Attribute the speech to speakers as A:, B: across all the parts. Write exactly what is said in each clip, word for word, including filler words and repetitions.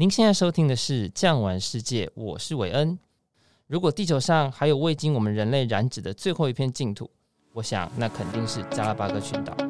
A: 您现在收听的是《酱玩世界》，我是韦恩。如果地球上还有未经我们人类染指的最后一片净土，我想那肯定是加拉巴哥群岛。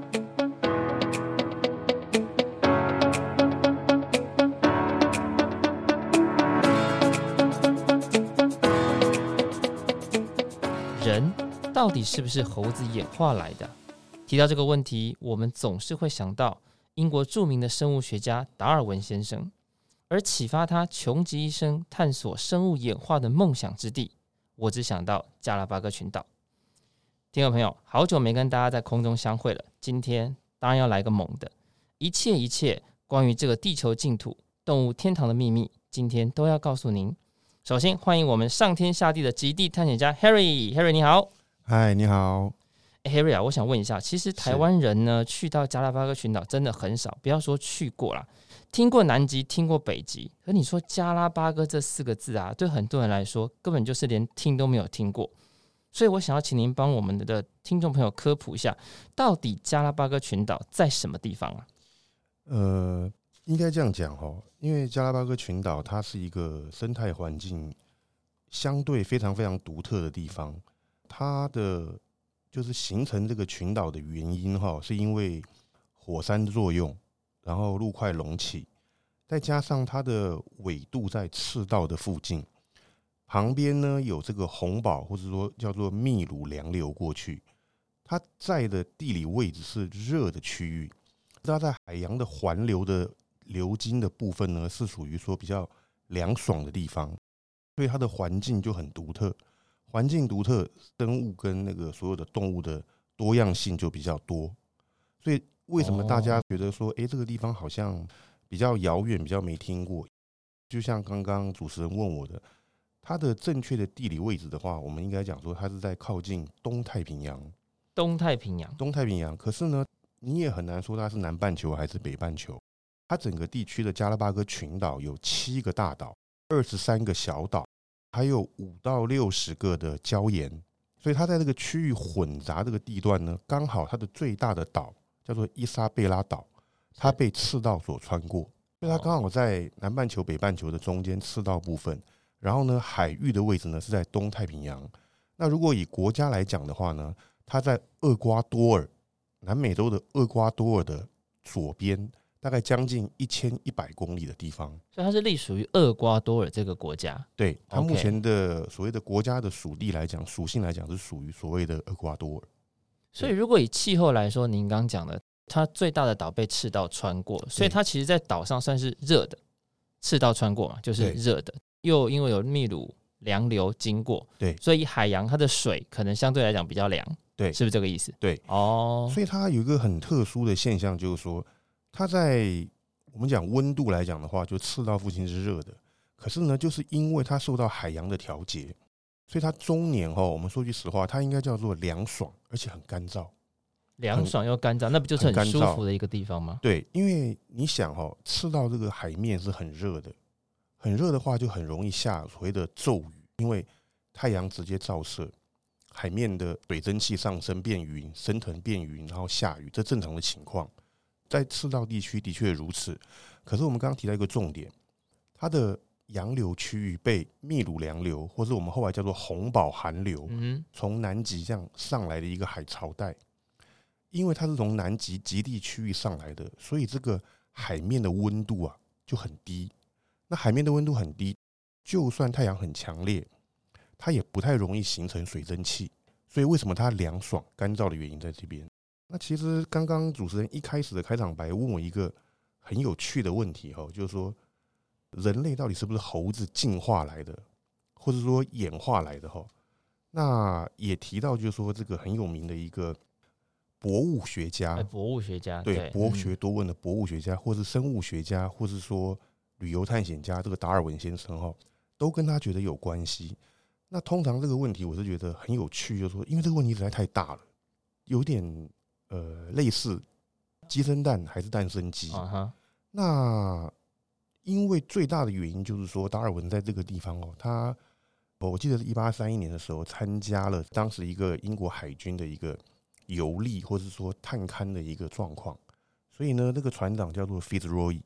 A: 人到底是不是猴子演化来的？提到这个问题，我们总是会想到英国著名的生物学家达尔文先生，而启发他穷极一生探索生物演化的梦想之地，我只想到加拉巴哥群岛。听众朋友，好久没跟大家在空中相会了，今天当然要来个猛的，一切一切关于这个地球净土、动物天堂的秘密，今天都要告诉您。首先欢迎我们上天下地的极地探险家 Harry，Harry 你好。
B: 嗨，你好。
A: Harry 啊，我想问一下，其实台湾人呢去到加拉巴哥群岛真的很少，不要说去过啦，听过南极，听过北极，可你说加拉巴哥这四个字啊，对很多人来说根本就是连听都没有听过。所以我想要请您帮我们的听众朋友科普一下，到底加拉巴哥群岛在什么地方啊？
B: 呃，应该这样讲哦，因为加拉巴哥群岛它是一个生态环境相对非常非常独特的地方，它的就是形成这个群岛的原因哈，是因为火山作用，然后陆块隆起，再加上它的纬度在赤道的附近，旁边呢有这个红宝或者说叫做秘鲁洋流过去，它在的地理位置是热的区域，它在海洋的环流的流经的部分呢是属于说比较凉爽的地方，所以它的环境就很独特。环境独特，生物跟那个所有的动物的多样性就比较多，所以为什么大家觉得说，哎、欸，这个地方好像比较遥远，比较没听过？就像刚刚主持人问我的，它的正确的地理位置的话，我们应该讲说它是在靠近东太平洋。
A: 东太平洋，
B: 东太平洋。可是呢，你也很难说它是南半球还是北半球。它整个地区的加拉巴哥群岛有七个大岛，二十三个小岛。还有五到六十个的礁岩，所以它在这个区域混杂这个地段呢，刚好它的最大的岛叫做伊莎贝拉岛，它被赤道所穿过，所以它刚好在南半球、北半球的中间赤道部分。然后呢，海域的位置呢是在东太平洋。那如果以国家来讲的话呢，它在厄瓜多尔，南美洲的厄瓜多尔的左边。大概将近一千一百公里的地方，
A: 所以它是隶属于厄瓜多尔这个国家。
B: 对，它目前的所谓的国家的属地来讲，属性来讲是属于所谓的厄瓜多尔。
A: 所以如果以气候来说，您刚刚讲的，它最大的岛被赤道穿过，所以它其实在岛上算是热的，赤道穿过嘛，就是热的，又因为有秘鲁洋流经过，对，所以海洋它的水可能相对来讲比较凉，对，是不是这个意思？
B: 对，哦，所以它有一个很特殊的现象，就是说。它在我们讲温度来讲的话，就赤道附近是热的，可是呢，就是因为它受到海洋的调节，所以它终年哦，我们说句实话，它应该叫做凉爽，而且很干燥。
A: 凉爽又干燥，那不就是很舒服的一个地方吗？
B: 对，因为你想哦，赤道这个海面是很热的，很热的话就很容易下所谓的骤雨，因为太阳直接照射，海面的水蒸气上升变云，升腾变云，然后下雨，这正常的情况。在赤道地区的确如此，可是我们刚刚提到一个重点，它的洋流区域被秘鲁洋流，或是我们后来叫做红宝寒流，从南极这样上来的一个海潮带，因为它是从南极极地区域上来的，所以这个海面的温度啊就很低。那海面的温度很低，就算太阳很强烈，它也不太容易形成水蒸气，所以为什么它凉爽干燥的原因在这边。那其实刚刚主持人一开始的开场白问我一个很有趣的问题，就是说人类到底是不是猴子进化来的，或者说演化来的。那也提到就是说这个很有名的一个博物学家，
A: 博物学家
B: 对，博学多问的博物学家，或是生物学家，或是说旅游探险家，这个达尔文先生都跟他觉得有关系。那通常这个问题我是觉得很有趣，就是说因为这个问题实在太大了，有点呃，类似鸡生蛋还是蛋生鸡、uh-huh. 那因为最大的原因就是说达尔文在这个地方哦，他我记得是一八三一年的时候参加了当时一个英国海军的一个游历或是说探勘的一个状况，所以呢这个船长叫做 Fitzroy，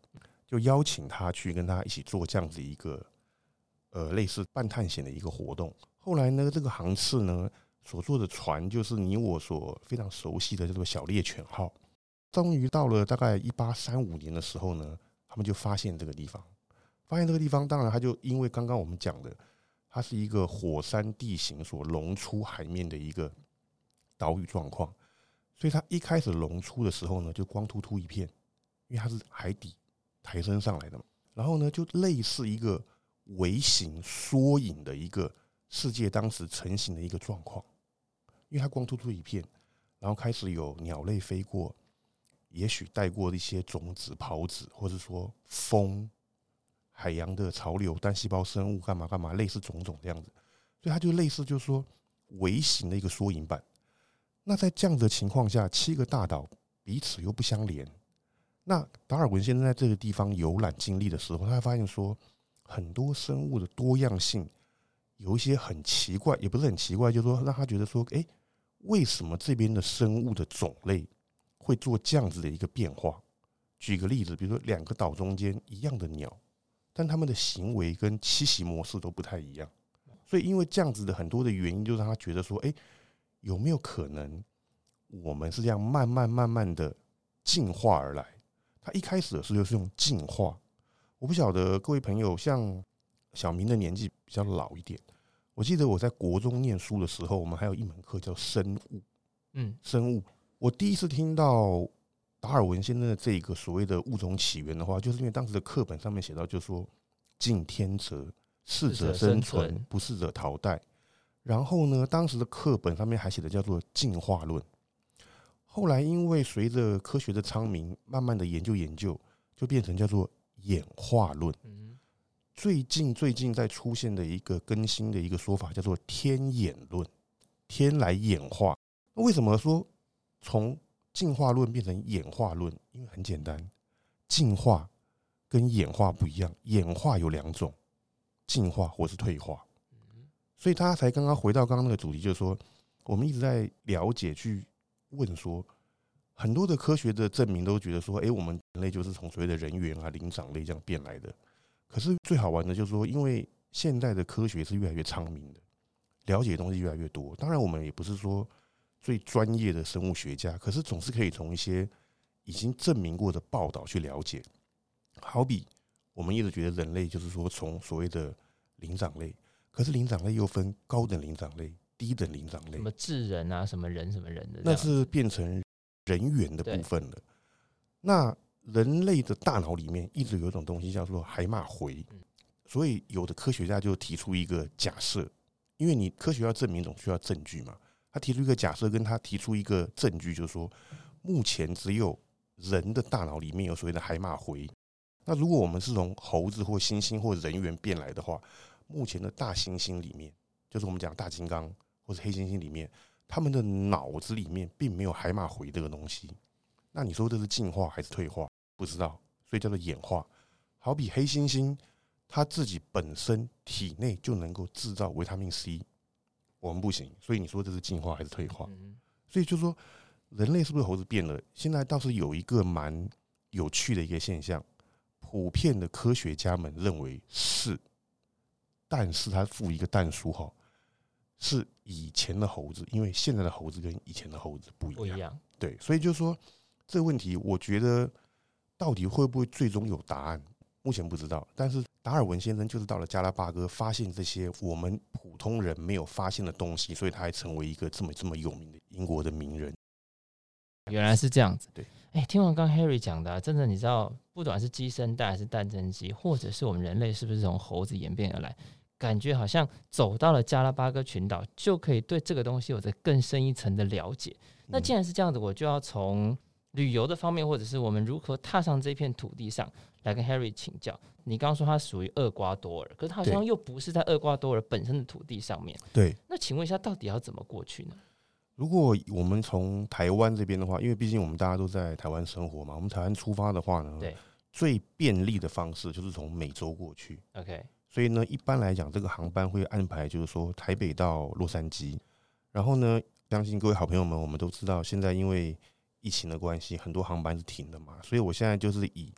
B: 就邀请他去跟他一起做这样子一个呃类似半探险的一个活动。后来呢，这个航次呢所坐的船就是你我所非常熟悉的叫做小猎犬号。终于到了大概一八三五年的时候呢，他们就发现这个地方，发现这个地方，当然它就因为刚刚我们讲的，它是一个火山地形所隆出海面的一个岛屿状况，所以它一开始隆出的时候呢，就光秃秃一片，因为它是海底抬升上来的嘛。然后呢，就类似一个微型缩影的一个世界当时成型的一个状况，因为它光秃秃一片，然后开始有鸟类飞过，也许带过一些种子、孢子，或者说风、海洋的潮流、单细胞生物干嘛干嘛，类似种种这样子，所以它就类似就是说微型的一个缩影版。那在这样的情况下，七个大岛彼此又不相连。那达尔文先生在这个地方游览经历的时候，他发现说，很多生物的多样性有一些很奇怪，也不是很奇怪，就是说让他觉得说，哎、欸，为什么这边的生物的种类会做这样子的一个变化？举个例子，比如说两个岛中间一样的鸟，但他们的行为跟栖息模式都不太一样。所以因为这样子的很多的原因，就让他觉得说，哎、欸，有没有可能我们是这样慢慢慢慢的进化而来？他一开始的时候就是用进化。我不晓得各位朋友，像小明的年纪比较老一点，我记得我在国中念书的时候，我们还有一门课叫生物。嗯，生物。我第一次听到达尔文先生的这个所谓的物种起源的话，就是因为当时的课本上面写到，就说敬天择，适者生存，不适者淘汰。然后呢，当时的课本上面还写的叫做进化论。后来因为随着科学的昌明，慢慢的研究研究，就变成叫做演化论。最近最近在出现的一个更新的一个说法叫做天演论，天来演化。那为什么说从进化论变成演化论？因为很简单，进化跟演化不一样，演化有两种，进化或是退化。所以他才刚刚回到刚刚那个主题，就是说我们一直在了解去问说，很多的科学的证明都觉得说，哎、欸，我们人类就是从所谓的人猿啊、灵长类这样变来的。可是最好玩的就是说，因为现代的科学是越来越昌明的，了解的东西越来越多。当然，我们也不是说最专业的生物学家，可是总是可以从一些已经证明过的报道去了解。好比我们一直觉得人类就是说从所谓的灵长类。可是灵长类又分高等灵长类、低等灵长类，
A: 什么智人啊，什么人什么人的，
B: 那是变成人猿的部分了。那人类的大脑里面一直有一种东西叫做海马回，所以有的科学家就提出一个假设，因为你科学要证明总需要证据嘛。他提出一个假设，跟他提出一个证据，就是说目前只有人的大脑里面有所谓的海马回。那如果我们是从猴子或猩猩或人猿变来的话，目前的大猩猩里面，就是我们讲大金刚或者黑猩猩里面，他们的脑子里面并没有海马回这个东西。那你说这是进化还是退化？不知道，所以叫做演化。好比黑猩猩，它自己本身体内就能够制造维他命 C， 我们不行，所以你说这是进化还是退化？所以就说人类是不是猴子变了？现在倒是有一个蛮有趣的一个现象，普遍的科学家们认为是。但是他附一个但书哈，是以前的猴子，因为现在的猴子跟以前的猴子不一样。不一样对，所以就是说这个问题，我觉得到底会不会最终有答案，目前不知道。但是达尔文先生就是到了加拉巴哥，发现这些我们普通人没有发现的东西，所以他还成为一个这么这么有名的英国的名人。
A: 原来是这样子。
B: 对，
A: 哎、欸，听完刚 Harry 讲的、啊，真的，你知道，不管是鸡生蛋还是蛋生鸡，或者是我们人类是不是从猴子演变而来？感觉好像走到了加拉巴哥群岛，就可以对这个东西有着更深一层的了解。那既然是这样子，我就要从旅游的方面，或者是我们如何踏上这片土地上来跟 Harry 请教。你刚刚说它属于厄瓜多尔，可是它好像又不是在厄瓜多尔本身的土地上面。
B: 对。
A: 那请问一下，到底要怎么过去呢？
B: 如果我们从台湾这边的话，因为毕竟我们大家都在台湾生活嘛，我们台湾出发的话呢，对，最便利的方式就是从美洲过去。OK。所以呢，一般来讲，这个航班会安排，就是说台北到洛杉矶。然后呢，相信各位好朋友们，我们都知道，现在因为疫情的关系，很多航班是停的嘛。所以我现在就是以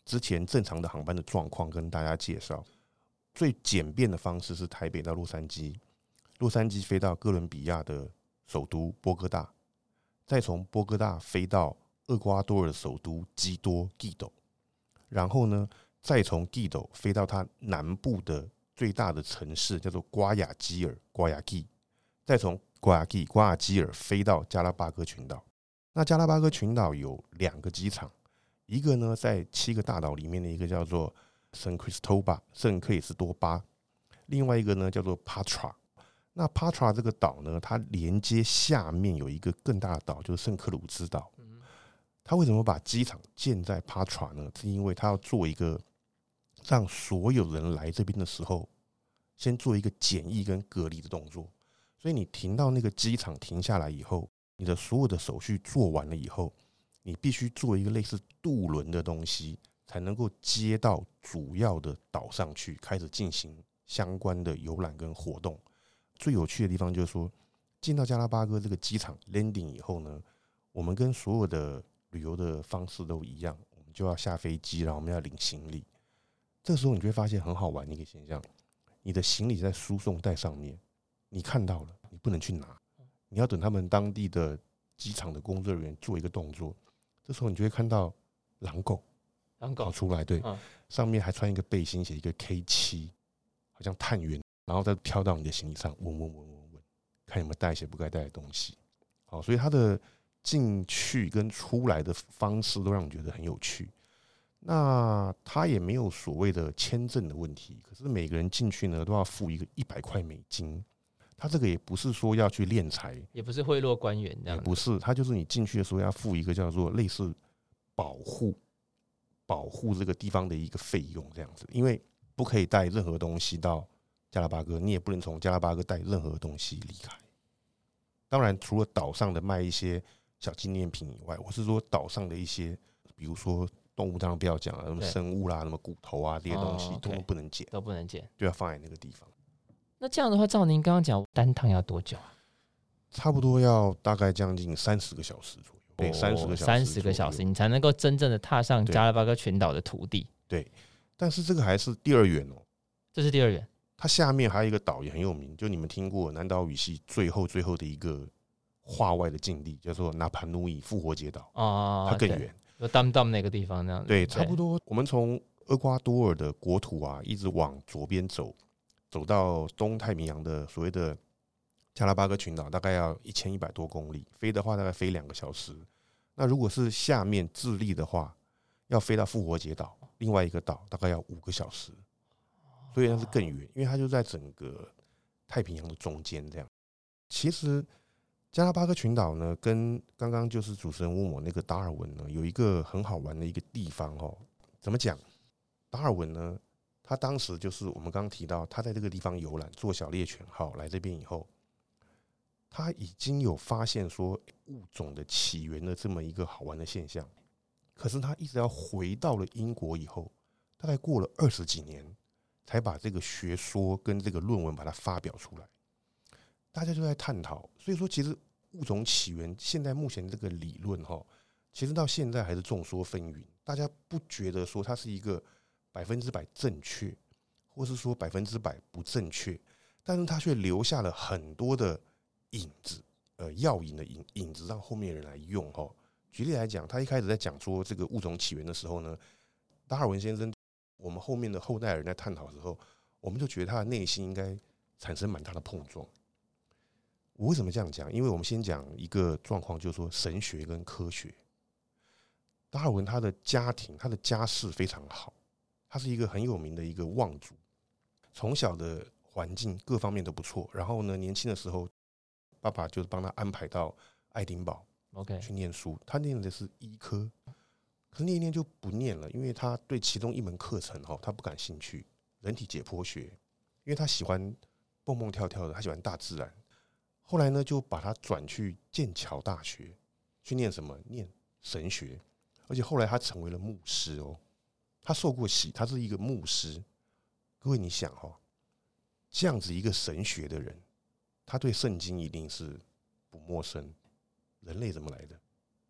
B: 之前正常的航班的状况跟大家介绍。最简便的方式是台北到洛杉矶，洛杉矶飞到哥伦比亚的首都波哥大，再从波哥大飞到厄瓜多尔的首都基多 Quito， 然后呢，再从 Quito 飞到它南部的最大的城市叫做瓜亚基尔 （Guayaquil）， 再从瓜亚基瓜亚基尔飞到加拉巴哥群岛。那加拉巴哥群岛有两个机场，一个呢在七个大岛里面的一个叫做圣克里斯托巴圣克里斯多巴，另外一个呢叫做 Patra。那 Patra 这个岛呢，它连接下面有一个更大的岛，就是圣克鲁兹岛。它为什么把机场建在 Patra 呢？是因为它要做一个让所有人来这边的时候，先做一个检疫跟隔离的动作。所以你停到那个机场停下来以后，你的所有的手续做完了以后，你必须做一个类似渡轮的东西，才能够接到主要的岛上去，开始进行相关的游览跟活动。最有趣的地方就是说，进到加拉巴哥这个机场 landing 以后呢，我们跟所有的旅游的方式都一样，我们就要下飞机，然后我们要领行李。这个时候你就会发现很好玩的一个现象，你的行李在输送带上面，你看到了，你不能去拿，你要等他们当地的机场的工作人员做一个动作。这时候你就会看到狼狗，
A: 狼狗
B: 跑出来，对，
A: 嗯、
B: 上面还穿一个背心，写一个 K 七，好像探员，然后再飘到你的行李上，闻闻闻闻闻，看有没有带一些不该带的东西。好，所以它的进去跟出来的方式都让你觉得很有趣。那它也没有所谓的签证的问题，可是每个人进去呢都要付一个一百块美金。他这个也不是说要去敛财，
A: 也不是贿赂官员这样，
B: 也不是，他就是你进去的时候要付一个叫做类似保护保护这个地方的一个费用这样子，因为不可以带任何东西到加拉巴哥，你也不能从加拉巴哥带任何东西离开。当然，除了岛上的卖一些小纪念品以外，我是说岛上的一些，比如说动物，当然不要讲了，什么生物啦、什么骨头啊这些东西，
A: 哦、
B: 都不能捡，
A: 都不能捡，
B: 就要放在那个地方。
A: 那这样的话，照您刚刚讲，单趟要多久啊？
B: 差不多要大概将近三十个小时左右，对，三十个小时，
A: 三十个小时，你才能够真正的踏上加拉巴哥群岛的土地。
B: 对，但是这个还是第二远哦，
A: 这是第二远。
B: 它下面还有一个岛也很有名，就你们听过南岛语系最后最后的一个画外的境地，叫做纳帕努伊复活节岛哦，它更远，
A: 就 Dam Dam 那个地方那样。
B: 对，差不多。我们从厄瓜多尔的国土啊，一直往左边走，走到东太平洋的所谓的加拉巴哥群岛，大概要一千一百多公里，飞的话大概飞两个小时。那如果是下面智利的话，要飞到复活节岛，另外一个岛大概要五个小时，所以那是更远，因为它就在整个太平洋的中间这样。其实加拉巴哥群岛呢，跟刚刚就是主持人问我那个达尔文呢，有一个很好玩的一个地方哦。怎么讲？达尔文呢，他当时就是我们刚刚提到，他在这个地方游览，坐小猎犬号来这边以后，他已经有发现说物种的起源的这么一个好玩的现象。可是他一直要回到了英国以后，大概过了二十几年，才把这个学说跟这个论文把它发表出来。大家就在探讨，所以说其实物种起源现在目前这个理论哈，其实到现在还是众说纷纭。大家不觉得说它是一个百分之百正确，或是说百分之百不正确，但是它却留下了很多的影子，呃，药引的影影子，让后面人来用哈。举例来讲，他一开始在讲说这个物种起源的时候呢，达尔文先生，我们后面的后代人在探讨的时候，我们就觉得他的内心应该产生蛮大的碰撞。我为什么这样讲？因为我们先讲一个状况，就是说神学跟科学。达尔文他的家庭，他的家世非常好，他是一个很有名的一个望族，从小的环境各方面都不错。然后呢，年轻的时候，爸爸就是帮他安排到爱丁堡
A: OK
B: 去念书。他念的是医科，可是念一念就不念了，因为他对其中一门课程他不感兴趣，人体解剖学，因为他喜欢蹦蹦跳跳的，他喜欢大自然。后来呢，就把他转去剑桥大学去念什么？念神学，而且后来他成为了牧师哦。他受过洗，他是一个牧师。各位，你想哦，这样子一个神学的人，他对圣经一定是不陌生。人类怎么来的？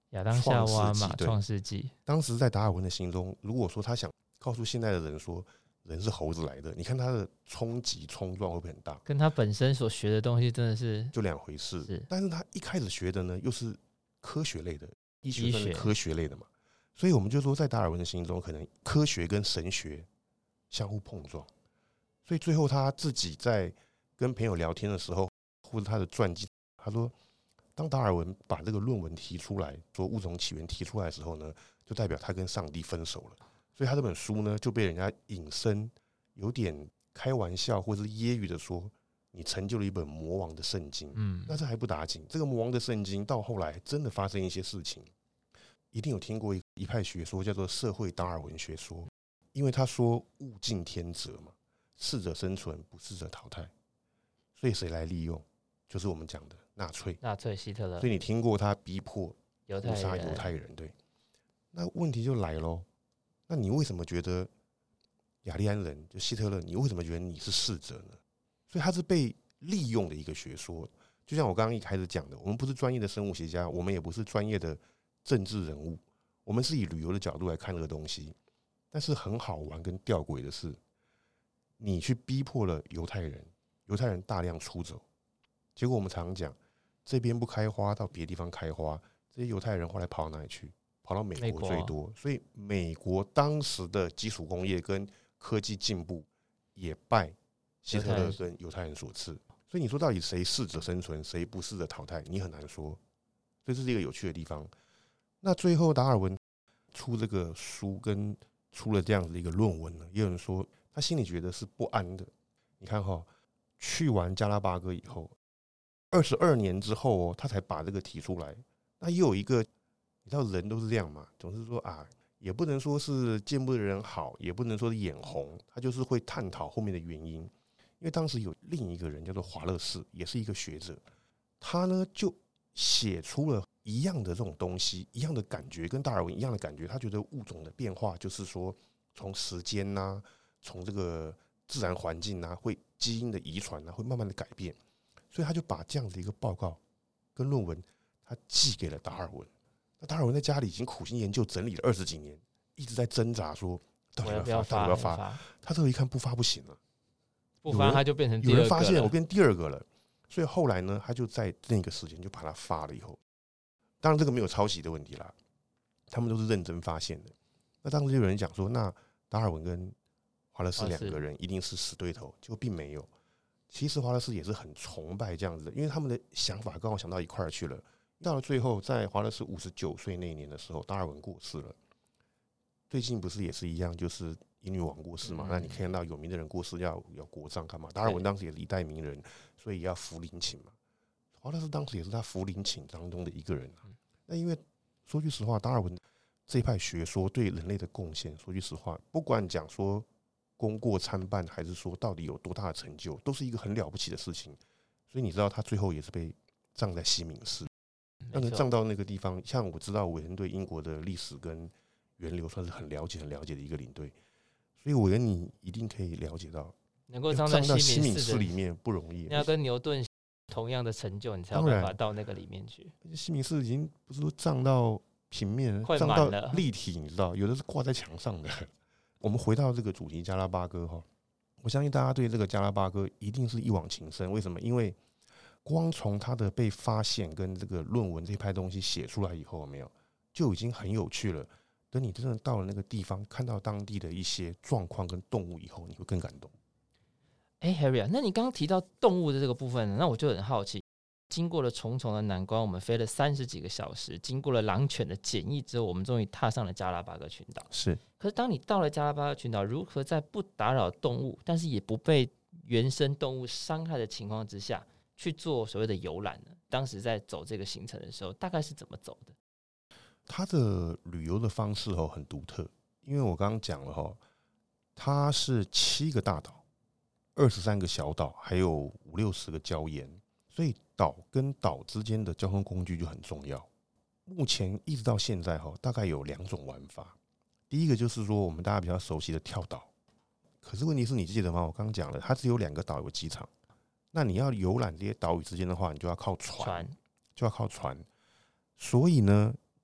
A: 亚当夏娃嘛，创世纪。
B: 当时在达尔文的心中，如果说他想告诉现在的人说人是猴子来的，你看他的冲击冲撞会不会很大？
A: 跟他本身所学的东西真的是
B: 就两回事。
A: 是，
B: 但是他一开始学的呢，又是科学类的，医学算是科学类的嘛，所以我们就说，在达尔文的心中，可能科学跟神学相互碰撞。所以最后他自己在跟朋友聊天的时候，或者他的传记，他说，当达尔文把这个论文提出来，说物种起源提出来的时候呢，就代表他跟上帝分手了。所以他这本书呢，就被人家引申，有点开玩笑或是揶揄的说，你成就了一本魔王的圣经。嗯，那这还不打紧，这个魔王的圣经到后来真的发生一些事情，一定有听过一派学说叫做社会达尔文学说，因为他说物竞天择嘛，适者生存，不适者淘汰，所以谁来利用？就是我们讲的纳粹，
A: 纳粹希特勒。
B: 所以你听过他逼迫
A: 犹
B: 屠杀犹太人，对？那问题就来咯，那你为什么觉得雅利安人就希特勒，你为什么觉得你是适者呢？所以他是被利用的一个学说。就像我刚刚一开始讲的，我们不是专业的生物学家，我们也不是专业的政治人物，我们是以旅游的角度来看这个东西。但是很好玩跟吊诡的是，你去逼迫了犹太人，犹太人大量出走，结果我们常常讲，这边不开花，到别的地方开花，这些犹太人后来跑到哪里去？跑到美国最多。所以美国当时的基础工业跟科技进步也拜希特勒跟犹太人所赐。所以你说到底谁适者生存，谁不适者淘汰，你很难说。所以这是一个有趣的地方。那最后达尔文出这个书跟出了这样子的一个论文呢，也有人说他心里觉得是不安的。你看哈，去完加拉巴哥以后，二十二年之后哦，他才把这个提出来。那又有一个，你知道人都是这样嘛，总是说啊，也不能说是见不得人好，也不能说是眼红，他就是会探讨后面的原因。因为当时有另一个人叫做华勒士，也是一个学者，他呢就写出了一样的这种东西，一样的感觉，跟达尔文一样的感觉。他觉得物种的变化就是说，从时间呐、啊，从这个自然环境啊，会基因的遗传啊，会慢慢的改变。所以他就把这样的一个报告跟论文，他寄给了达尔文。那达尔文在家里已经苦心研究整理了二十几年，一直在挣扎说，到底要不要发，到底要不要发？他这个一看不发不行了。
A: 不发他就变成第二个了，
B: 有人发现我变第二个了，所以后来呢，他就在那个时间就把它发了以后，当然这个没有抄袭的问题啦，他们都是认真发现的。那当时就有人讲说，那达尔文跟华勒士两个人一定是死对头，结果并没有。其实华勒士也是很崇拜这样子的，因为他们的想法刚好想到一块儿去了。到了最后，在华勒士五十九岁那一年的时候，达尔文过世了。最近不是也是一样，就是英女王过世嘛，嗯、那你看到有名的人过世要要国葬干嘛？达尔文当时也是一代名人，所以也要扶陵寝嘛。华勒士当时也是他扶陵寝当中的一个人、啊。那因为说句实话，达尔文这一派学说对人类的贡献，说句实话，不管讲说功过参半，还是说到底有多大的成就，都是一个很了不起的事情。所以你知道他最后也是被葬在西敏寺，让人葬到那个地方。像我知道韦恩对英国的历史跟源流算是很了解、很了解的一个领队，所以我跟你一定可以了解到，
A: 能够葬在
B: 西敏寺里面不容易。
A: 你要跟牛顿同样的成就，你才有办法到那个里面去。
B: 西敏寺已经不是说葬到平面，葬到立体，你知道，有的是挂在墙上的。我们回到这个主题，加拉巴哥哈，我相信大家对这个加拉巴哥一定是一往情深。为什么？因为光从他的被发现跟这个论文这一派东西写出来以后，有没有就已经很有趣了。等你真的到了那个地方，看到当地的一些状况跟动物以后，你会更感动。
A: 哎、欸、，Harry 啊，那你刚刚提到动物的这个部分，那我就很好奇，经过了重重的难关，我们飞了三十几个小时，经过了狼犬的检疫之后，我们终于踏上了加拉巴哥群岛。
B: 是，
A: 可是当你到了加拉巴哥群岛，如何在不打扰动物，但是也不被原生动物伤害的情况之下，去做所谓的游览呢？当时在走这个行程的时候，大概是怎么走的？
B: 他的旅游的方式很独特，因为我刚刚讲了，它是七个大岛，二十三个小岛，还有五六十个礁岩，所以岛跟岛之间的交通工具就很重要。目前一直到现在大概有两种玩法，第一个就是说我们大家比较熟悉的跳岛，可是问题是你记得吗？我刚刚讲了，它只有两个岛有机场，那你要游览这些岛屿之间的话，你就要靠船，就要靠船，所以呢。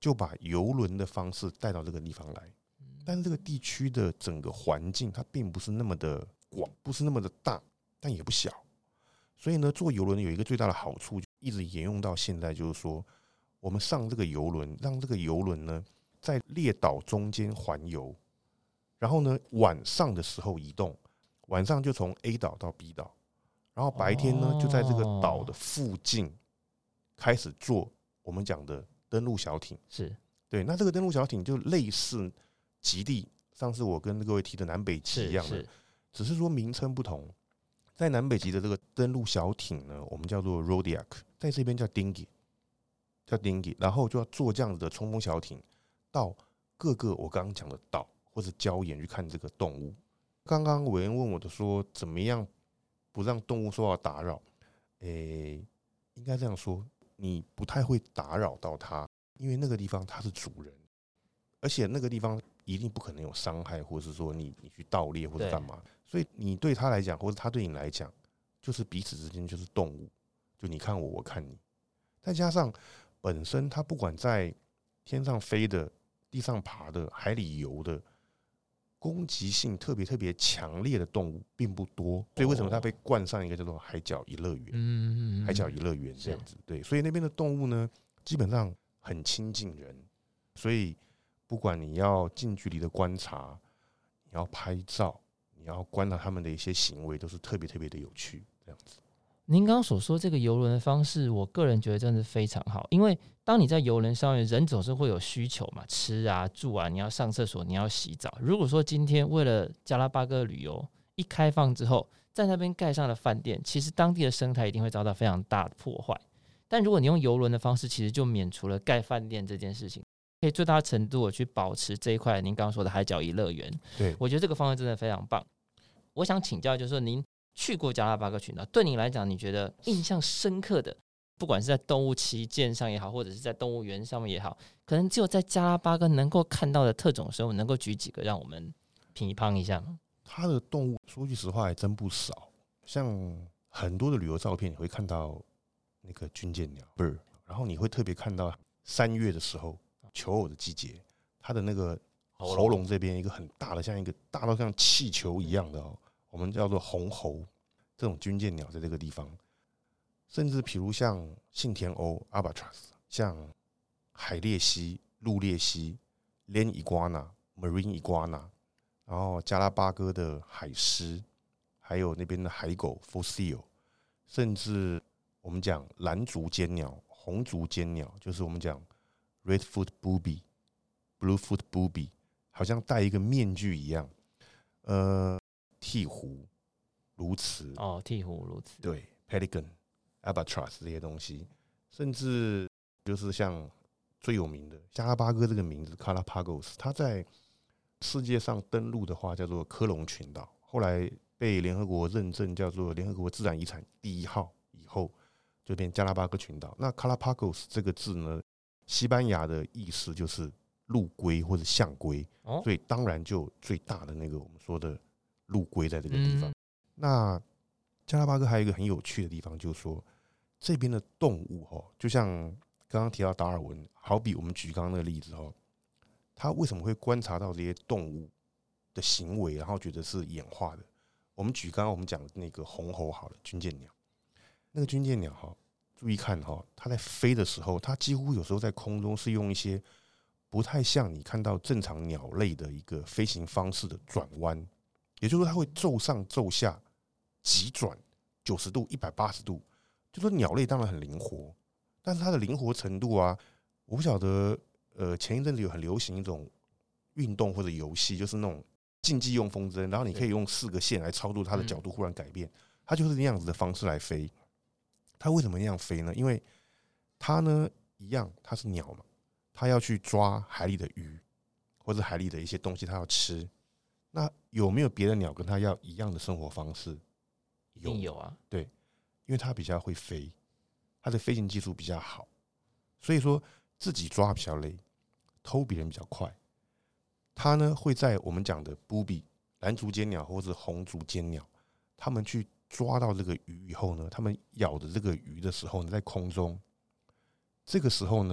B: 就把邮轮的方式带到这个地方来。但是这个地区的整个环境它并不是那么的广，不是那么的大，但也不小。所以呢，坐邮轮有一个最大的好处，一直沿用到现在，就是说，我们上这个邮轮，让这个邮轮呢在列岛中间环游，然后呢晚上的时候移动，晚上就从 A 岛到 B 岛，然后白天呢就在这个岛的附近开始做我们讲的登陆小艇。
A: 是
B: 对，那这个登陆小艇就类似极地，上次我跟各位提的南北极一样的，只是说名称不同。在南北极的这个登陆小艇呢，我们叫做 Rodiac， 在这边叫 Dinghy， 叫 Dinghy， 然后就要坐这样子的冲锋小艇到各个我刚刚讲的岛或者礁岩去看这个动物。刚刚伟恩问我的说，怎么样不让动物受到打扰？诶，应该这样说，你不太会打扰到它，因为那个地方它是主人，而且那个地方一定不可能有伤害，或者是说你你去盗猎或者干嘛。所以你对他来讲，或者他对你来讲，就是彼此之间就是动物，就你看我，我看你。再加上本身它不管在天上飞的、地上爬的、海里游的，攻击性特别特别强烈的动物并不多。所以为什么它被冠上一个叫做海角一乐园？海角一乐园这样子。对，所以那边的动物呢，基本上很亲近人，所以不管你要近距离的观察，你要拍照，你要观察他们的一些行为，都是特别特别的有趣，这样子。
A: 您刚刚所说这个邮轮的方式，我个人觉得真的非常好，因为当你在邮轮上面，人总是会有需求嘛，吃啊、住啊，你要上厕所，你要洗澡。如果说今天为了加拉巴哥旅游一开放之后，在那边盖上了饭店，其实当地的生态一定会遭到非常大的破坏。但如果你用邮轮的方式，其实就免除了盖饭店这件事情，可以最大程度的去保持这一块您刚刚说的海角一乐园。
B: 对，
A: 我觉得这个方案真的非常棒。我想请教，就是说您去过加拉巴哥群岛，对您来讲，你觉得印象深刻的，不管是在动物旗舰上也好，或者是在动物园上面也好，可能只有在加拉巴哥能够看到的特种生物，能够举几个让我们评判一下吗？
B: 它的动物说句实话还真不少，像很多的旅游照片，你会看到那个军舰鸟 bird， 然后你会特别看到三月的时候求偶的季节，它的那个喉咙这边一个很大的，像一个大到像气球一样的哦，我们叫做红喉，这种军舰鸟在这个地方，甚至比如像信天鸥 albatross， 像海鬣蜥、陆鬣蜥、land iguana、marine iguana， 然后加拉巴哥的海狮，还有那边的海狗 fossil， 甚至我们讲蓝足尖鸟、红足尖鸟，就是我们讲 redfoot booby、bluefoot booby， 好像戴一个面具一样。呃，鹈鹕、鸬鹚
A: 哦，鹈鹕、鸬鹚，
B: 对 ，pelican、albatross 这些东西，甚至就是像最有名的加拉巴哥这个名字 Galapagos， 它在世界上登陆的话叫做科隆群岛，后来被联合国认证叫做联合国自然遗产第一号以后，就变加拉巴哥群岛。那 Galapagos 这个字呢，西班牙的意思就是陆龟或者象龟，
A: 哦，
B: 所以当然就有最大的那个我们说的陆龟在这个地方。
A: 嗯、
B: 那加拉巴哥还有一个很有趣的地方，就是说这边的动物哈，就像刚刚提到达尔文，好比我们举刚刚那个例子哈，他为什么会观察到这些动物的行为，然后觉得是演化的？我们举刚刚我们讲的那个红喉好了，军舰鸟，那个军舰鸟哈，注意看哈，它在飞的时候，它几乎有时候在空中是用一些不太像你看到正常鸟类的一个飞行方式的转弯，也就是说它会骤上骤下、急转九十度、一百八十度。就说鸟类当然很灵活，但是它的灵活程度啊，我不晓得。呃，前一阵子有很流行一种运动或者游戏，就是那种竞技用风筝，然后你可以用四个线来操作它的角度忽然改变，它就是那样子的方式来飞。它为什么那样飞呢？因为它呢一样，它是鸟嘛，它要去抓海里的鱼或者海里的一些东西，它要吃。那有没有别的鸟跟它要一样的生活方式？
A: 有，一定有啊。
B: 对，因为它比较会飞，它的飞行技术比较好，所以说自己抓比较累，偷别人比较快。它呢会在我们讲的 booby 蓝足尖鸟或者红足尖鸟，他们去抓到这个鱼以后呢，他们咬的这个鱼的时候呢，在空中，这个时候呢，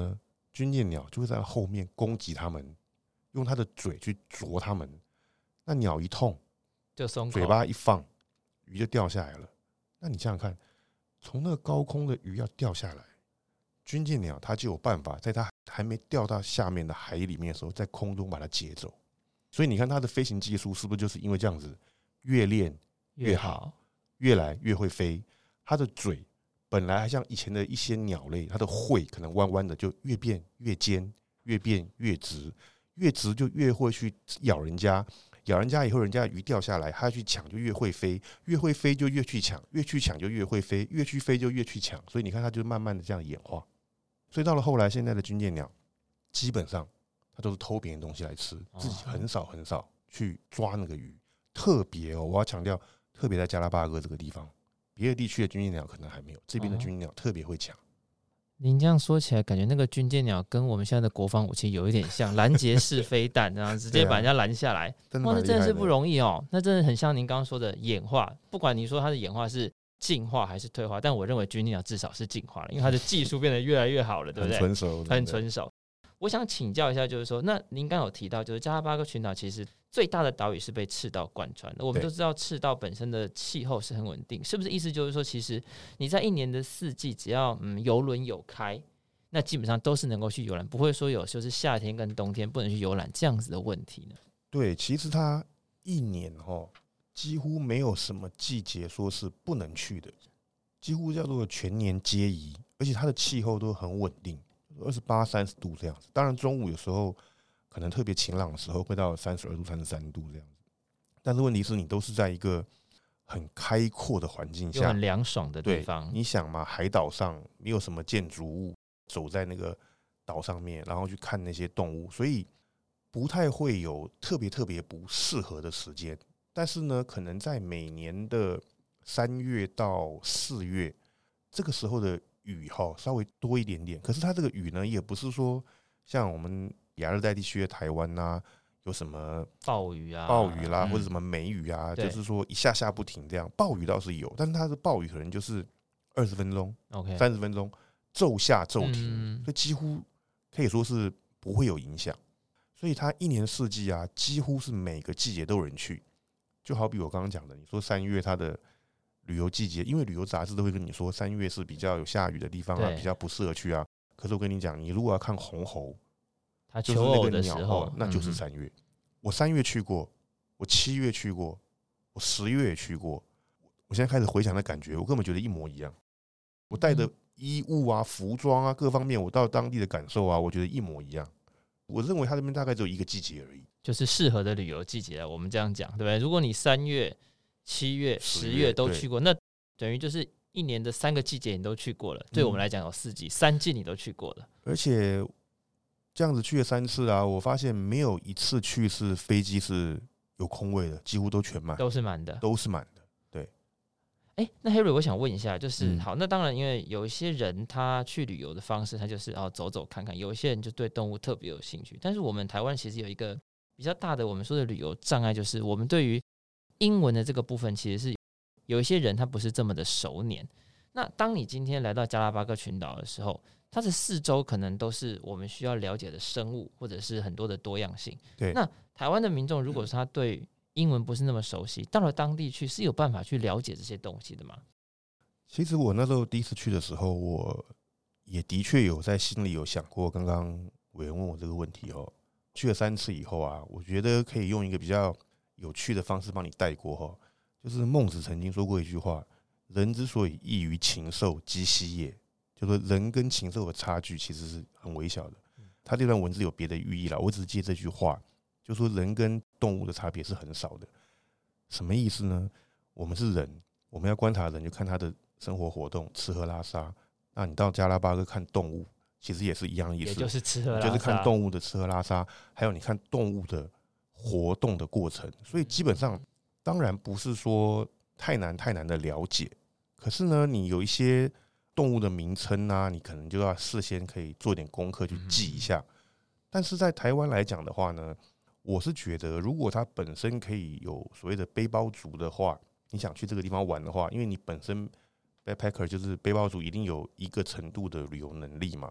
B: 军舰鸟就会在后面攻击它们，用它的嘴去啄它们。那鸟一痛
A: 就松口，
B: 嘴巴一放，鱼就掉下来了。那你想想看，从那个高空的鱼要掉下来，军舰鸟它就有办法在它还没掉到下面的海里面的时候，在空中把它接走。所以你看它的飞行技术是不是就是因为这样子越练越好，越来越会飞？它的嘴本来还像以前的一些鸟类，它的喙可能弯弯的，就越变越尖，越变越直，越直就越会去咬人家，咬人家以后，人家的鱼掉下来，它去抢就越会飞，越会飞就越去抢，越去抢就越会飞，越去飞就越去抢。所以你看，它就慢慢的这样演化。所以到了后来，现在的军舰鸟基本上它都是偷别人东西来吃，自己很少很少去抓那个鱼。特别哦，我要强调，特别在加拉巴哥这个地方，别的地区的军舰鸟可能还没有，这边的军舰鸟特别会抢。
A: 您这样说起来，感觉那个军舰鸟跟我们现在的国防武器有一点像，拦截式飞弹，然后直接把人家拦下来。哇，那真的是不容易哦。那真的很像您刚刚说的演化，不管你说它的演化是进化还是退化，但我认为军舰鸟至少是进化了，因为它的技术变得越来越好了，对不对？
B: 很纯熟，
A: 很纯熟。我想请教一下，就是说，那您刚有提到，就是加拉巴哥群岛其实最大的岛屿是被赤道贯穿的。我们都知道赤道本身的气候是很稳定，是不是？意思就是说，其实你在一年的四季，只要嗯游轮有开，那基本上都是能够去游览，不会说有就是夏天跟冬天不能去游览这样子的问题呢？
B: 对，其实它一年哦几乎没有什么季节说是不能去的，几乎叫做全年皆宜，而且它的气候都很稳定。二十八、三十度这样子，当然中午有时候可能特别晴朗的时候会到三十二度、三十三度这样子，但是问题是你都是在一个很开阔的环境下，
A: 很凉爽的地方。
B: 你想嘛，海岛上没有什么建筑物，走在那个岛上面，然后去看那些动物，所以不太会有特别特别不适合的时间。但是呢，可能在每年的三月到四月这个时候的雨哈稍微多一点点，可是它这个雨呢，也不是说像我们亚热带地区的台湾啊，有什么
A: 暴雨啊、
B: 暴雨啦，
A: 嗯、
B: 或者什么梅雨啊，就是说一下下不停这样。暴雨倒是有，但是它的暴雨可能就是二十分钟、三十分钟，骤下骤停，嗯、所以几乎可以说是不会有影响。所以它一年四季啊，几乎是每个季节都有人去。就好比我刚刚讲的，你说三月它的旅游季节，因为旅游杂志都会跟你说三月是比较有下雨的地方啊，比较不适合去啊。可是我跟你讲，你如果要看红猴，
A: 它求偶的时候，
B: 那就是三月。嗯、我三月去过，我七月去过，我十月也去过。我现在开始回想的感觉，我根本觉得一模一样。我带的衣物啊、服装啊各方面，我到当地的感受啊，我觉得一模一样。我认为它这边大概只有一个季节而已，
A: 就是适合的旅游季节。我们这样讲，对不对？如果你三月、七月、十月都去过，那等于就是一年的三个季节你都去过了。对我们来讲，有四季、嗯、三季你都去过了。
B: 而且这样子去了三次啊，我发现没有一次去是飞机是有空位的，几乎都全满，
A: 都是满的，
B: 都是满的。对。
A: 哎，那 Harry， 我想问一下，就是、嗯、好，那当然，因为有一些人他去旅游的方式，他就是哦走走看看；有一些人就对动物特别有兴趣。但是我们台湾其实有一个比较大的我们说的旅游障碍，就是我们对于英文的这个部分，其实是有一些人他不是这么的熟稔。那当你今天来到加拉巴哥群岛的时候，它的四周可能都是我们需要了解的生物，或者是很多的多样性。
B: 对，
A: 那台湾的民众如果是他对英文不是那么熟悉，到了当地去是有办法去了解这些东西的吗？
B: 其实我那时候第一次去的时候，我也的确有在心里有想过刚刚委员问我这个问题哦。去了三次以后啊，我觉得可以用一个比较有趣的方式帮你带过哈。就是孟子曾经说过一句话：“人之所以异于禽兽，几希也。”就说人跟禽兽的差距其实是很微小的。他这段文字有别的寓意啦，我只是借这句话。就说人跟动物的差别是很少的，什么意思呢？我们是人，我们要观察人，就看他的生活活动，吃喝拉撒。那你到加拉巴哥看动物，其实也是一样的意思，
A: 也就是吃喝拉撒，
B: 就是看动物的吃喝拉撒，还有你看动物的活动的过程。所以基本上，当然不是说太难太难的了解，可是呢，你有一些动物的名称啊，你可能就要事先可以做点功课去记一下。但是在台湾来讲的话呢，我是觉得，如果它本身可以有所谓的背包族的话，你想去这个地方玩的话，因为你本身 backpacker 就是背包族，一定有一个程度的旅游能力嘛，所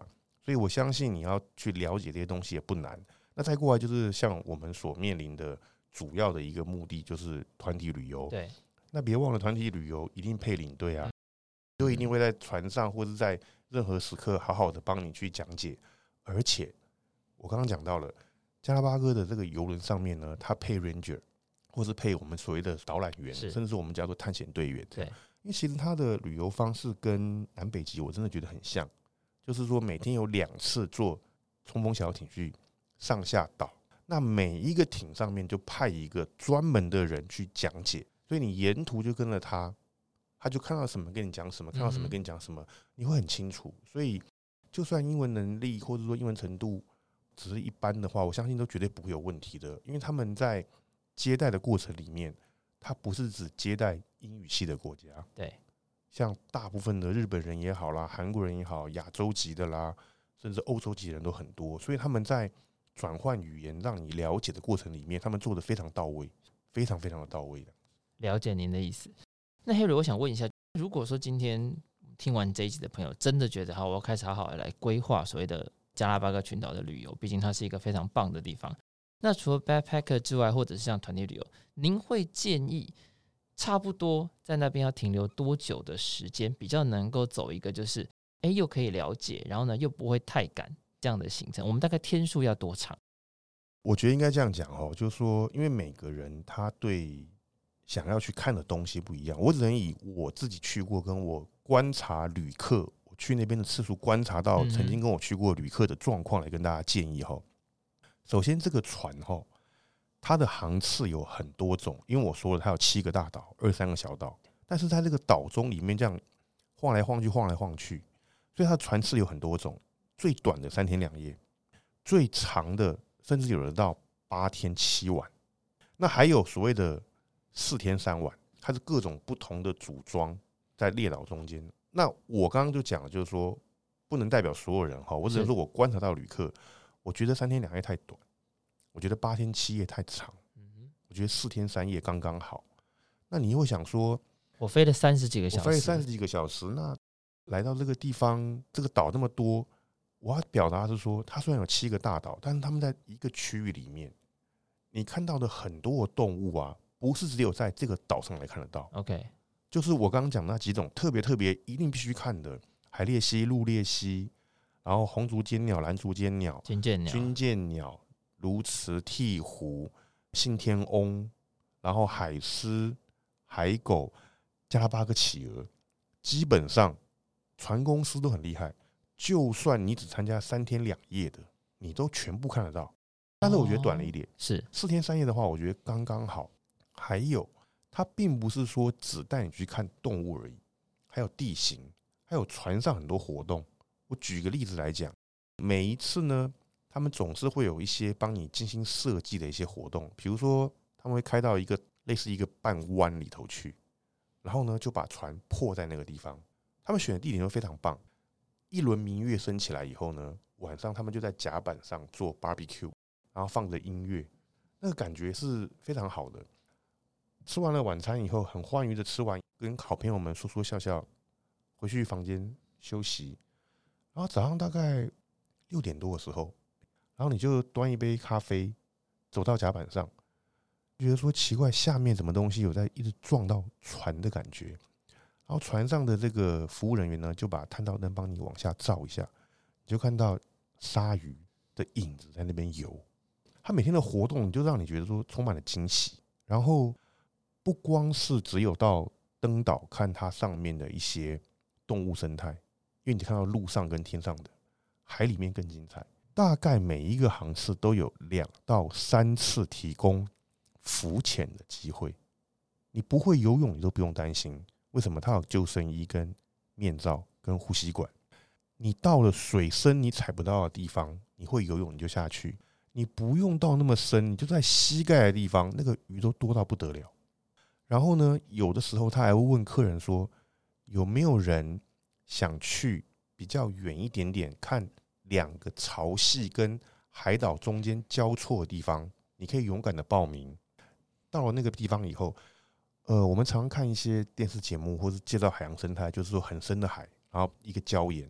B: 所以我相信你要去了解这些东西也不难。那再过来就是像我们所面临的主要的一个目的，就是团体旅游。
A: 对，
B: 那别忘了团体旅游一定配领队啊，就一定会在船上或者在任何时刻好好的帮你去讲解。而且我刚刚讲到了加拉巴哥的这个游轮上面呢，它配 Ranger 或是配我们所谓的导览员，甚至是我们叫做探险队员。
A: 对，
B: 因为其实它的旅游方式跟南北极我真的觉得很像，就是说每天有两次坐冲锋小艇去上下岛，那每一个艇上面就派一个专门的人去讲解，所以你沿途就跟着他，他就看到什么跟你讲什么，看到什么跟你讲什么，你会很清楚。所以就算英文能力或者说英文程度只是一般的话，我相信都绝对不会有问题的，因为他们在接待的过程里面，他不是只接待英语系的国家，
A: 对，
B: 像大部分的日本人也好啦，韩国人也好，亚洲籍的啦，甚至欧洲籍的人都很多，所以他们在转换语言让你了解的过程里面，他们做的非常到位，非常非常的到位的。
A: 了解您的意思。那 Harry， 我想问一下，如果说今天听完这一集的朋友真的觉得好，我要开始好好的来规划所谓的加拉巴哥群岛的旅游，毕竟它是一个非常棒的地方。那除了 backpacker 之外，或者是像团体旅游，您会建议差不多在那边要停留多久的时间，比较能够走一个就是哎又可以了解，然后呢又不会太赶这样的行程？我们大概天数要多长？
B: 我觉得应该这样讲哦，就是说，因为每个人他对想要去看的东西不一样，我只能以我自己去过，跟我观察旅客，我去那边的次数，观察到曾经跟我去过旅客的状况来跟大家建议哈。首先，这个船哈，它的航次有很多种，因为我说了，它有七个大岛，二三个小岛，但是在这个岛中里面这样晃来晃去，晃来晃去，所以它的船次有很多种，最短的三天两夜，最长的甚至有人到八天七晚，那还有所谓的四天三晚，它是各种不同的组装在列岛中间。那我刚刚就讲了，就是说不能代表所有人哈，我只能说我观察到旅客，我觉得三天两夜太短，我觉得八天七夜太长，我觉得四天三夜刚刚好。那你会想说，
A: 我飞了三十几个小时，
B: 我飞了三十几个小时，那来到这个地方，这个岛那么多，我要表达的是说，它虽然有七个大岛，但是他们在一个区域里面，你看到的很多的动物啊，不是只有在这个岛上来看得到。
A: OK，
B: 就是我刚刚讲那几种特别特别一定必须看的，海鬣蜥、陆鬣蜥，然后红足尖鸟、蓝足尖鸟、
A: 军舰鸟、
B: 军舰鸟、鸬鹚、鹈鹕、信天翁，然后海狮、海狗、加拉巴哥企鹅，基本上船公司都很厉害，就算你只参加三天两夜的，你都全部看得到。但是我觉得短了一点，
A: 是
B: 四天三夜的话，我觉得刚刚好。还有，它并不是说只带你去看动物而已，还有地形，还有船上很多活动。我举个例子来讲，每一次呢，他们总是会有一些帮你精心设计的一些活动，比如说他们会开到一个类似一个半湾里头去，然后呢就把船泊在那个地方。他们选的地点都非常棒。一轮明月升起来以后呢，晚上他们就在甲板上做 barbecue， 然后放着音乐，那个感觉是非常好的。吃完了晚餐以后，很欢愉的吃完，跟好朋友们说说笑笑，回去房间休息。然后早上大概六点多的时候，然后你就端一杯咖啡，走到甲板上，觉得说奇怪，下面什么东西有在一直撞到船的感觉。然后船上的这个服务人员呢，就把探照灯帮你往下照一下，你就看到鲨鱼的影子在那边游。他每天的活动，就让你觉得说充满了惊喜。然后不光是只有到登岛看它上面的一些动物生态，因为你看到陆上跟天上的，海里面更精彩。大概每一个航次都有两到三次提供浮潜的机会，你不会游泳你都不用担心。为什么？它有救生衣、跟面罩、跟呼吸管。你到了水深你踩不到的地方，你会游泳你就下去，你不用到那么深，你就在膝盖的地方，那个鱼都多到不得了。然后呢，有的时候他还会问客人说，有没有人想去比较远一点点，看两个潮汐跟海岛中间交错的地方，你可以勇敢的报名。到了那个地方以后，呃，我们常常看一些电视节目或是介绍海洋生态，就是说很深的海，然后一个礁岩，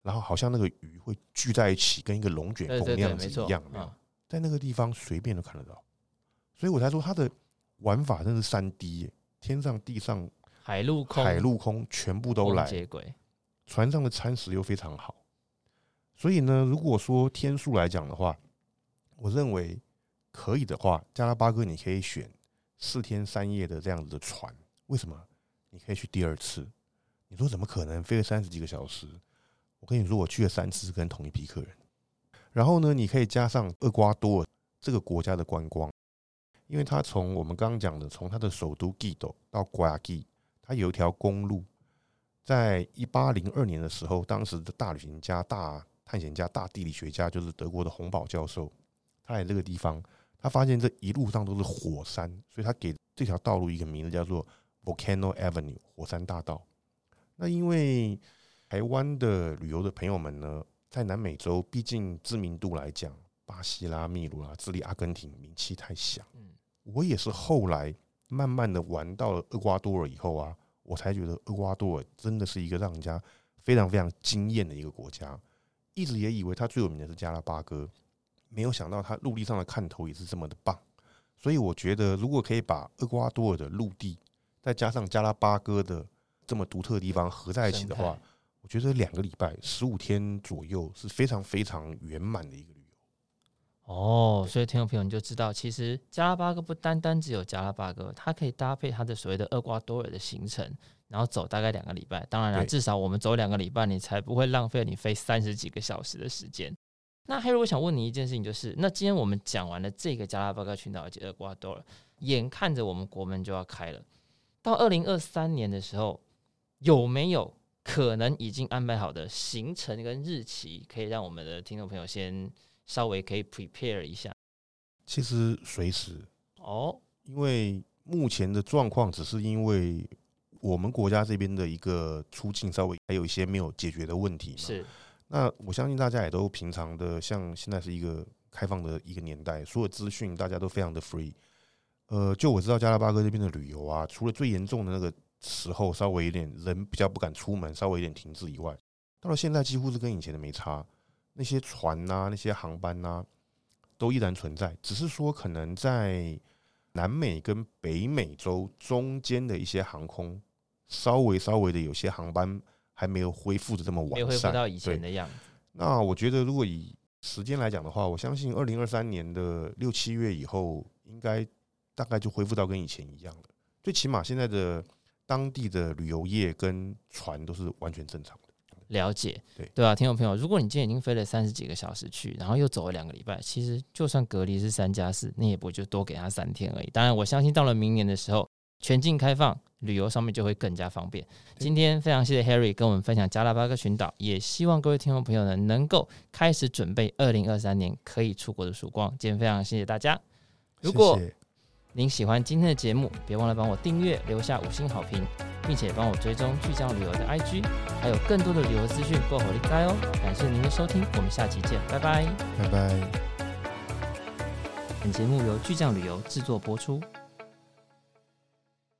B: 然后好像那个鱼会聚在一起，跟一个龙卷风那样子一样，没有？在那个地方随便都看得到，所以我才说它的玩法真是三 D 耶，天上地上
A: 海陆空
B: 海陆空全部都来
A: 接轨，
B: 船上的餐食又非常好，所以呢，如果说天数来讲的话，我认为可以的话，加拉巴哥你可以选四天三夜的这样子的船。为什么？你可以去第二次。你说怎么可能飞了三十几个小时？我跟你说，我去了三次，跟同一批客人。然后呢，你可以加上厄瓜多尔这个国家的观光，因为它从我们刚刚讲的，从它的首都 Quito 到瓜亚基，它有一条公路。在一八零二年的时候，当时的大旅行家、大探险家、大地理学家，就是德国的洪堡教授，他来这个地方，他发现这一路上都是火山，所以他给这条道路一个名字叫做 Volcano Avenue 火山大道。那因为台湾的旅游的朋友们呢，在南美洲毕竟知名度来讲，巴西啦、秘鲁啦、智利、阿根廷名气太响。我也是后来慢慢的玩到了厄瓜多尔以后啊，我才觉得厄瓜多尔真的是一个让人家非常非常惊艳的一个国家。一直也以为它最有名的是加拉巴哥，没有想到它陆地上的看头也是这么的棒。所以我觉得，如果可以把厄瓜多尔的陆地再加上加拉巴哥的这么独特的地方合在一起的话，我觉得两个礼拜十五天左右是非常非常圆满的一个旅游。
A: 哦，所以听众朋友你就知道，其实加拉巴哥不单单只有加拉巴哥，它可以搭配它的所谓的厄瓜多尔的行程，然后走大概两个礼拜。当然了，至少我们走两个礼拜，你才不会浪费你飞三十几个小时的时间。那 Harry， 我想问你一件事情，就是那今天我们讲完了这个加拉巴哥群岛以及厄瓜多尔，眼看着我们国门就要开了，到二零二三年的时候，有没有可能已经安排好的行程跟日期，可以让我们的听众朋友先稍微可以 prepare 一下？
B: 其实随时
A: 哦，
B: 因为目前的状况只是因为我们国家这边的一个出境稍微还有一些没有解决的问题嘛。
A: 是。
B: 那我相信大家也都平常的，像现在是一个开放的一个年代，所有资讯大家都非常的 free。呃，就我知道加拉巴哥这边的旅游啊，除了最严重的那个时候稍微有点人比较不敢出门，稍微有点停滞以外，到了现在几乎是跟以前的没差。那些船啊，那些航班啊，都依然存在，只是说可能在南美跟北美洲中间的一些航空，稍微稍微的有些航班还没有恢复的这么完善，
A: 没有恢复到以前的样子。
B: 那我觉得，如果以时间来讲的话，我相信二零二三年的六七月以后，应该大概就恢复到跟以前一样了。最起码现在的当地的旅游业跟船都是完全正常的。
A: 了解，
B: 对
A: 对啊，听众朋友，如果你今天已经飞了三十几个小时去，然后又走了两个礼拜，其实就算隔离是三加四，那也不就多给他三天而已。当然，我相信到了明年的时候，全境开放，旅游上面就会更加方便。今天非常谢谢 Harry 跟我们分享加拉巴哥群岛，也希望各位听众朋友呢能够开始准备二零二三年可以出国的曙光。今天非常谢谢大家。如果您喜欢今天的节目，别忘了帮我订阅，留下五星好评，并且帮我追踪巨匠旅游的 I G， 还有更多的旅游资讯够火力该哦。感谢您的收听，我们下期见，拜拜，
B: 拜拜。
A: 本节目由巨匠旅游制作播出。